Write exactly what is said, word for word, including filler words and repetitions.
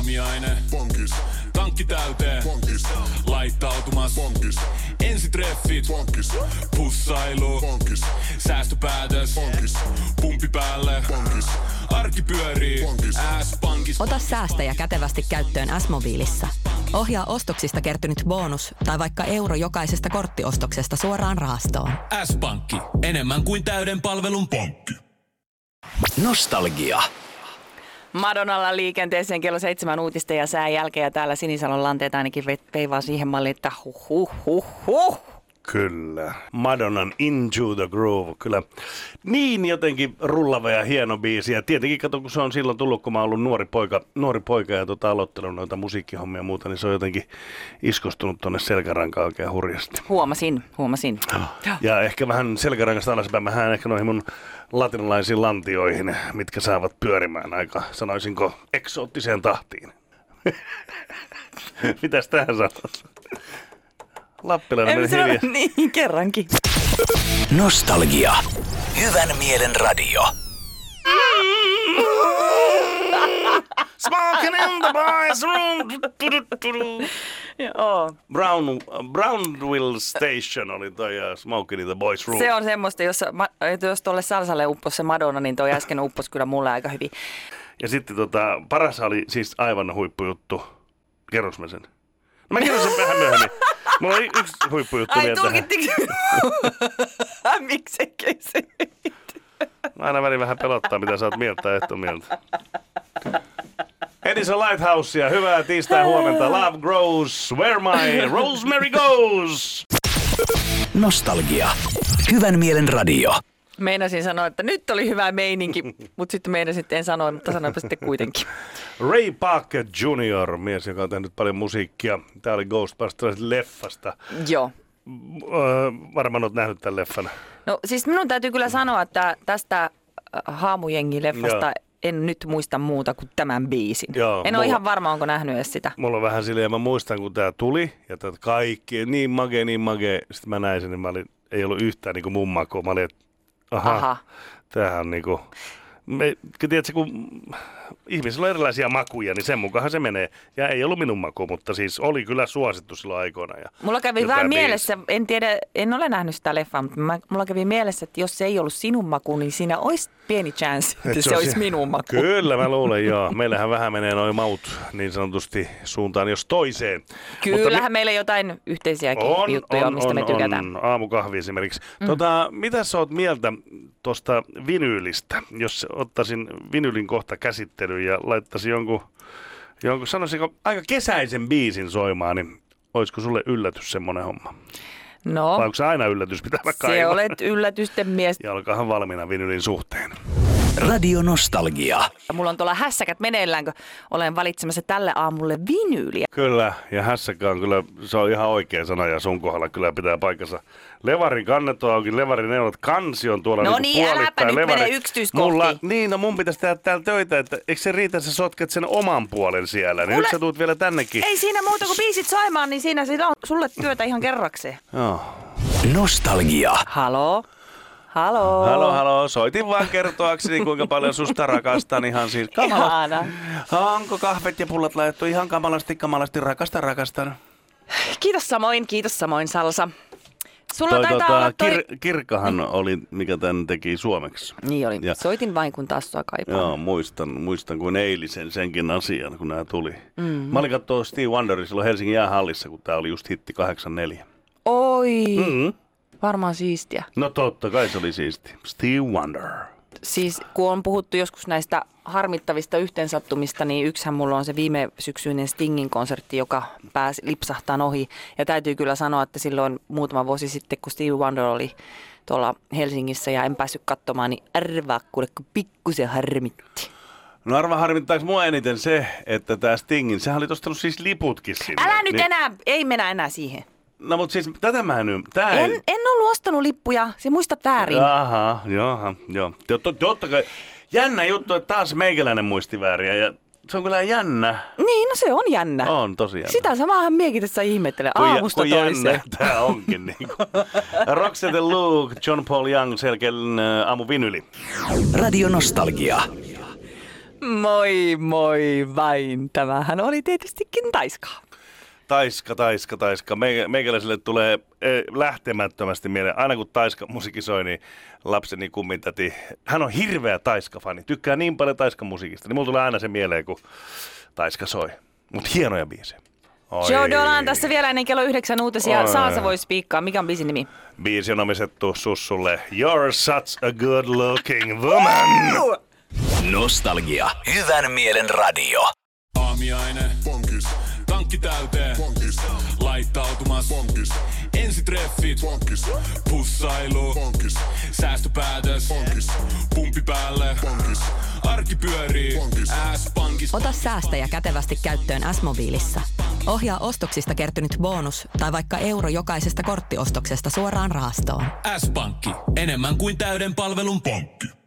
Aamiaine. Pankis. Tankki täyteen. Pankis. Laittautumas. Pankis. Ensitreffit. Pankis. Pussailu. Pankis. Säästöpäätös. Pankis. Pumpi päälle. Pankis. Arki pyörii. Pankis. S-pankis. Ota säästäjä kätevästi käyttöön S-mobiilissa. Ohjaa ostoksista kertynyt bonus tai vaikka euro jokaisesta korttiostoksesta suoraan rahastoon. S-pankki. Enemmän kuin täyden palvelun pankki. Nostalgia. Madonnalla liikenteeseen kello seitsemän uutisten ja sään jälkeen. Ja täällä Sinisalon lanteet ainakin veivaa siihen malliin, että huh huh huh huh. Kyllä. Madonnan Into the Groove. Kyllä niin jotenkin rullava ja hieno biisi. Ja tietenkin kato, kun se on silloin tullut, kun mä oon ollut nuori poika, nuori poika ja tota, aloittanut noita musiikkihommia ja muuta, niin se on jotenkin iskostunut tonne selkärankaan oikein hurjasti. Huomasin, huomasin. Ja ehkä vähän selkärangasta alaspäin. Mähän ehkä noihin mun latinalaisiin lantioihin, mitkä saavat pyörimään aika, sanoisinko, eksoottiseen tahtiin. Mitäs tähän sanot? Lappilainen meni hiljaa. Niin, kerrankin. Nostalgia. Hyvän mielen radio. Smoking in the boys room. Joo. Brown, Brownville Station oli toi ja Smoking in the boys room. Se on semmoista, jos, jos tuolle salsalle uppos se Madonna, niin toi äsken uppos kyllä mulle aika hyvin. Ja sitten tota, paras oli siis aivan huippujuttu. Kerros mä sen. No mä kerron sen vähän myöhemmin. Mulla oli yksi huippujuttu Ai, vielä tähän. Ai tulkittiinko? Miksei se? Aina väliin vähän pelottaa, mitä sä oot mieltä tai et oo mieltä. Edison Lighthousea, hyvää tiistai huomenta. Love grows where my rosemary goes. Nostalgia. Hyvän mielen radio. Meinasin sanoa, että nyt oli hyvä meininki, mutta sitten meinasin, että en sanoa, mutta sanoinpa sitten kuitenkin. Ray Parker junior, mies, joka on tehnyt paljon musiikkia. Tää oli Ghostbusters-leffasta. Joo. Öö, varmaan oot nähnyt tämän leffan. No siis minun täytyy kyllä sanoa, että tästä Haamujengi-leffasta Joo. en nyt muista muuta kuin tämän biisin. Joo, en mulla, ole ihan varma, onko nähnyt edes sitä. Mulla on vähän silleen, mä muistan kun tää tuli ja tää kaikki, niin magee, niin magee. Sitten mä näin sen, niin mä olin, ei ollut yhtään niin kuin mun makua. Mä olin, että aha, aha. Tämähän on niinku, me, tiedätkö, kun ihmisillä on erilaisia makuja, niin sen mukaan se menee. Ja ei ollut minun maku, mutta siis oli kyllä suosittu silloin aikoina. Ja mulla kävi vähän mielessä, en tiedä, en ole nähnyt sitä leffaa, mutta mä, mulla kävi mielessä, että jos se ei ollut sinun maku, niin siinä olisi pieni chance, että se, se olisi minun maku. Kyllä mä luulen, joo. Meillähän vähän menee noi maut niin sanotusti suuntaan jos toiseen. Kyllähän mutta meillä jotain yhteisiäkin on, juttuja, on, mistä on, me tykätään. On, aamukahvi esimerkiksi. Mm. Tota, mitä sä oot mieltä tuosta vinyylistä, jos ottaisin vinylin kohta käsittelyyn ja laittaisin jonkun, jonkun sanoisinko aika kesäisen biisin soimaan, niin olisiko sulle yllätys semmoinen homma? No, vai onko se aina yllätys pitää kaivaa? Se olet yllätysten mies. Ja olkaahan valmiina vinylin suhteen. Radio Nostalgia. Mulla on tuolla hässäkät meneillään, kun olen valitsemassa tälle aamulle vinyyliä. Kyllä, ja hässäkkä on kyllä, se on ihan oikea sana ja sun kohdalla kyllä pitää paikkansa. Levarin kannet on auki, Levarin neuvot, kansi on tuolla no niinku niin, äläpä nyt Levari. mene yksityiskohtiin. Mulla, niin, no mun pitäisi tehdä täällä töitä, että eikö se riitä, että sä sotket sen oman puolen siellä, niin Kuule, nyt sä tuut vielä tännekin. Ei siinä muuta kuin biisit soimaan, niin siinä on sulle työtä ihan kerrakseen. Joo. Nostalgia. Haloo? Haloo. Halo, halo. Soitin vaan kertoakseni, kuinka paljon susta rakastan ihan siis kamalasti. Onko kahvet ja pullat laitettu ihan kamalasti, kamalasti rakastan, rakastan. Kiitos samoin, kiitos samoin, Salsa. Sulla toi, taitaa tota, olla toi... Kir- Kirkkahan mm. oli, mikä tän teki suomeksi. Niin oli. Ja... Soitin vain, kun taas sua kaipaan. Joo, muistan, muistan kuin eilisen senkin asian, kun nämä tuli. Mm-hmm. Mä olin katsoa Steve Wonderin silloin Helsingin jäähallissa, kun tää oli just hitti kahdeksankymmentäneljä. Oi! Mm-hmm. Varmaan siistiä. No totta kai se oli siisti. Steve Wonder. Siis kun on puhuttu joskus näistä harmittavista yhteensattumista, niin yksihän mulla on se viime syksyinen Stingin konsertti, joka pääsi lipsahtaan ohi. Ja täytyy kyllä sanoa, että silloin muutama vuosi sitten, kun Steve Wonder oli tuolla Helsingissä ja en päässyt katsomaan, niin arvaa kuule, kun pikkusen harmitti. No arva harmittaako mua eniten se, että tää Stingin, sehän oli ostanut siis liputkin sinne. Älä nyt niin... enää, ei mennä enää siihen. No mutta siis tätä mä en ymmärrä. En, en ollut ostanut lippuja, se muistat väärin. Jaha, jaha, joo. Totta kai, jännä juttu, että taas meikäläinen muisti väärin ja se on kyllä jännä. Niin, no se on jännä. On tosi jännä. Sitä samaahan miekin tässä ihmettelen aamusta kun toiseen. Jännä tää onkin niin kuin. Roxette Luke, John Paul Young, selkeän aamu vinyli. Radio Nostalgia. Moi moi vain. Tämähän oli tietystikin Taiska. Taiska, Taiska, Taiska. Meikäläiselle tulee lähtemättömästi mieleen. Aina kun Taiska musiikki soi, niin lapseni kummintäti. Hän on hirveä Taiska-fani. Tykkää niin paljon Taiska-musiikista. Niin mulla tulee aina se mieleen, kun Taiska soi. Mutta hienoja biisejä. Oi. Joe Dolan tässä vielä ennen kello yhdeksän uutisia. Saasa voi spiikkaa. Mikä on biisin nimi? Biisi on omistettu Sussulle. You're such a good looking woman. Nostalgia. Hyvän mielen radio. Aamiainen. Bonkis. Tankki täyteen. Bonkis. Laittautumas. Bonkis. Ensitreffit. Bonkis. Pussailu. Bonkis. Säästöpäätös. Bonkis. Pumpi päälle. Bonkis. Arki pyörii. S-pankis. Ota säästäjä kätevästi käyttöön S-mobiilissa. Ohjaa ostoksista kertynyt bonus tai vaikka euro jokaisesta korttiostoksesta suoraan rahastoon. S-pankki. Enemmän kuin täyden palvelun pankki.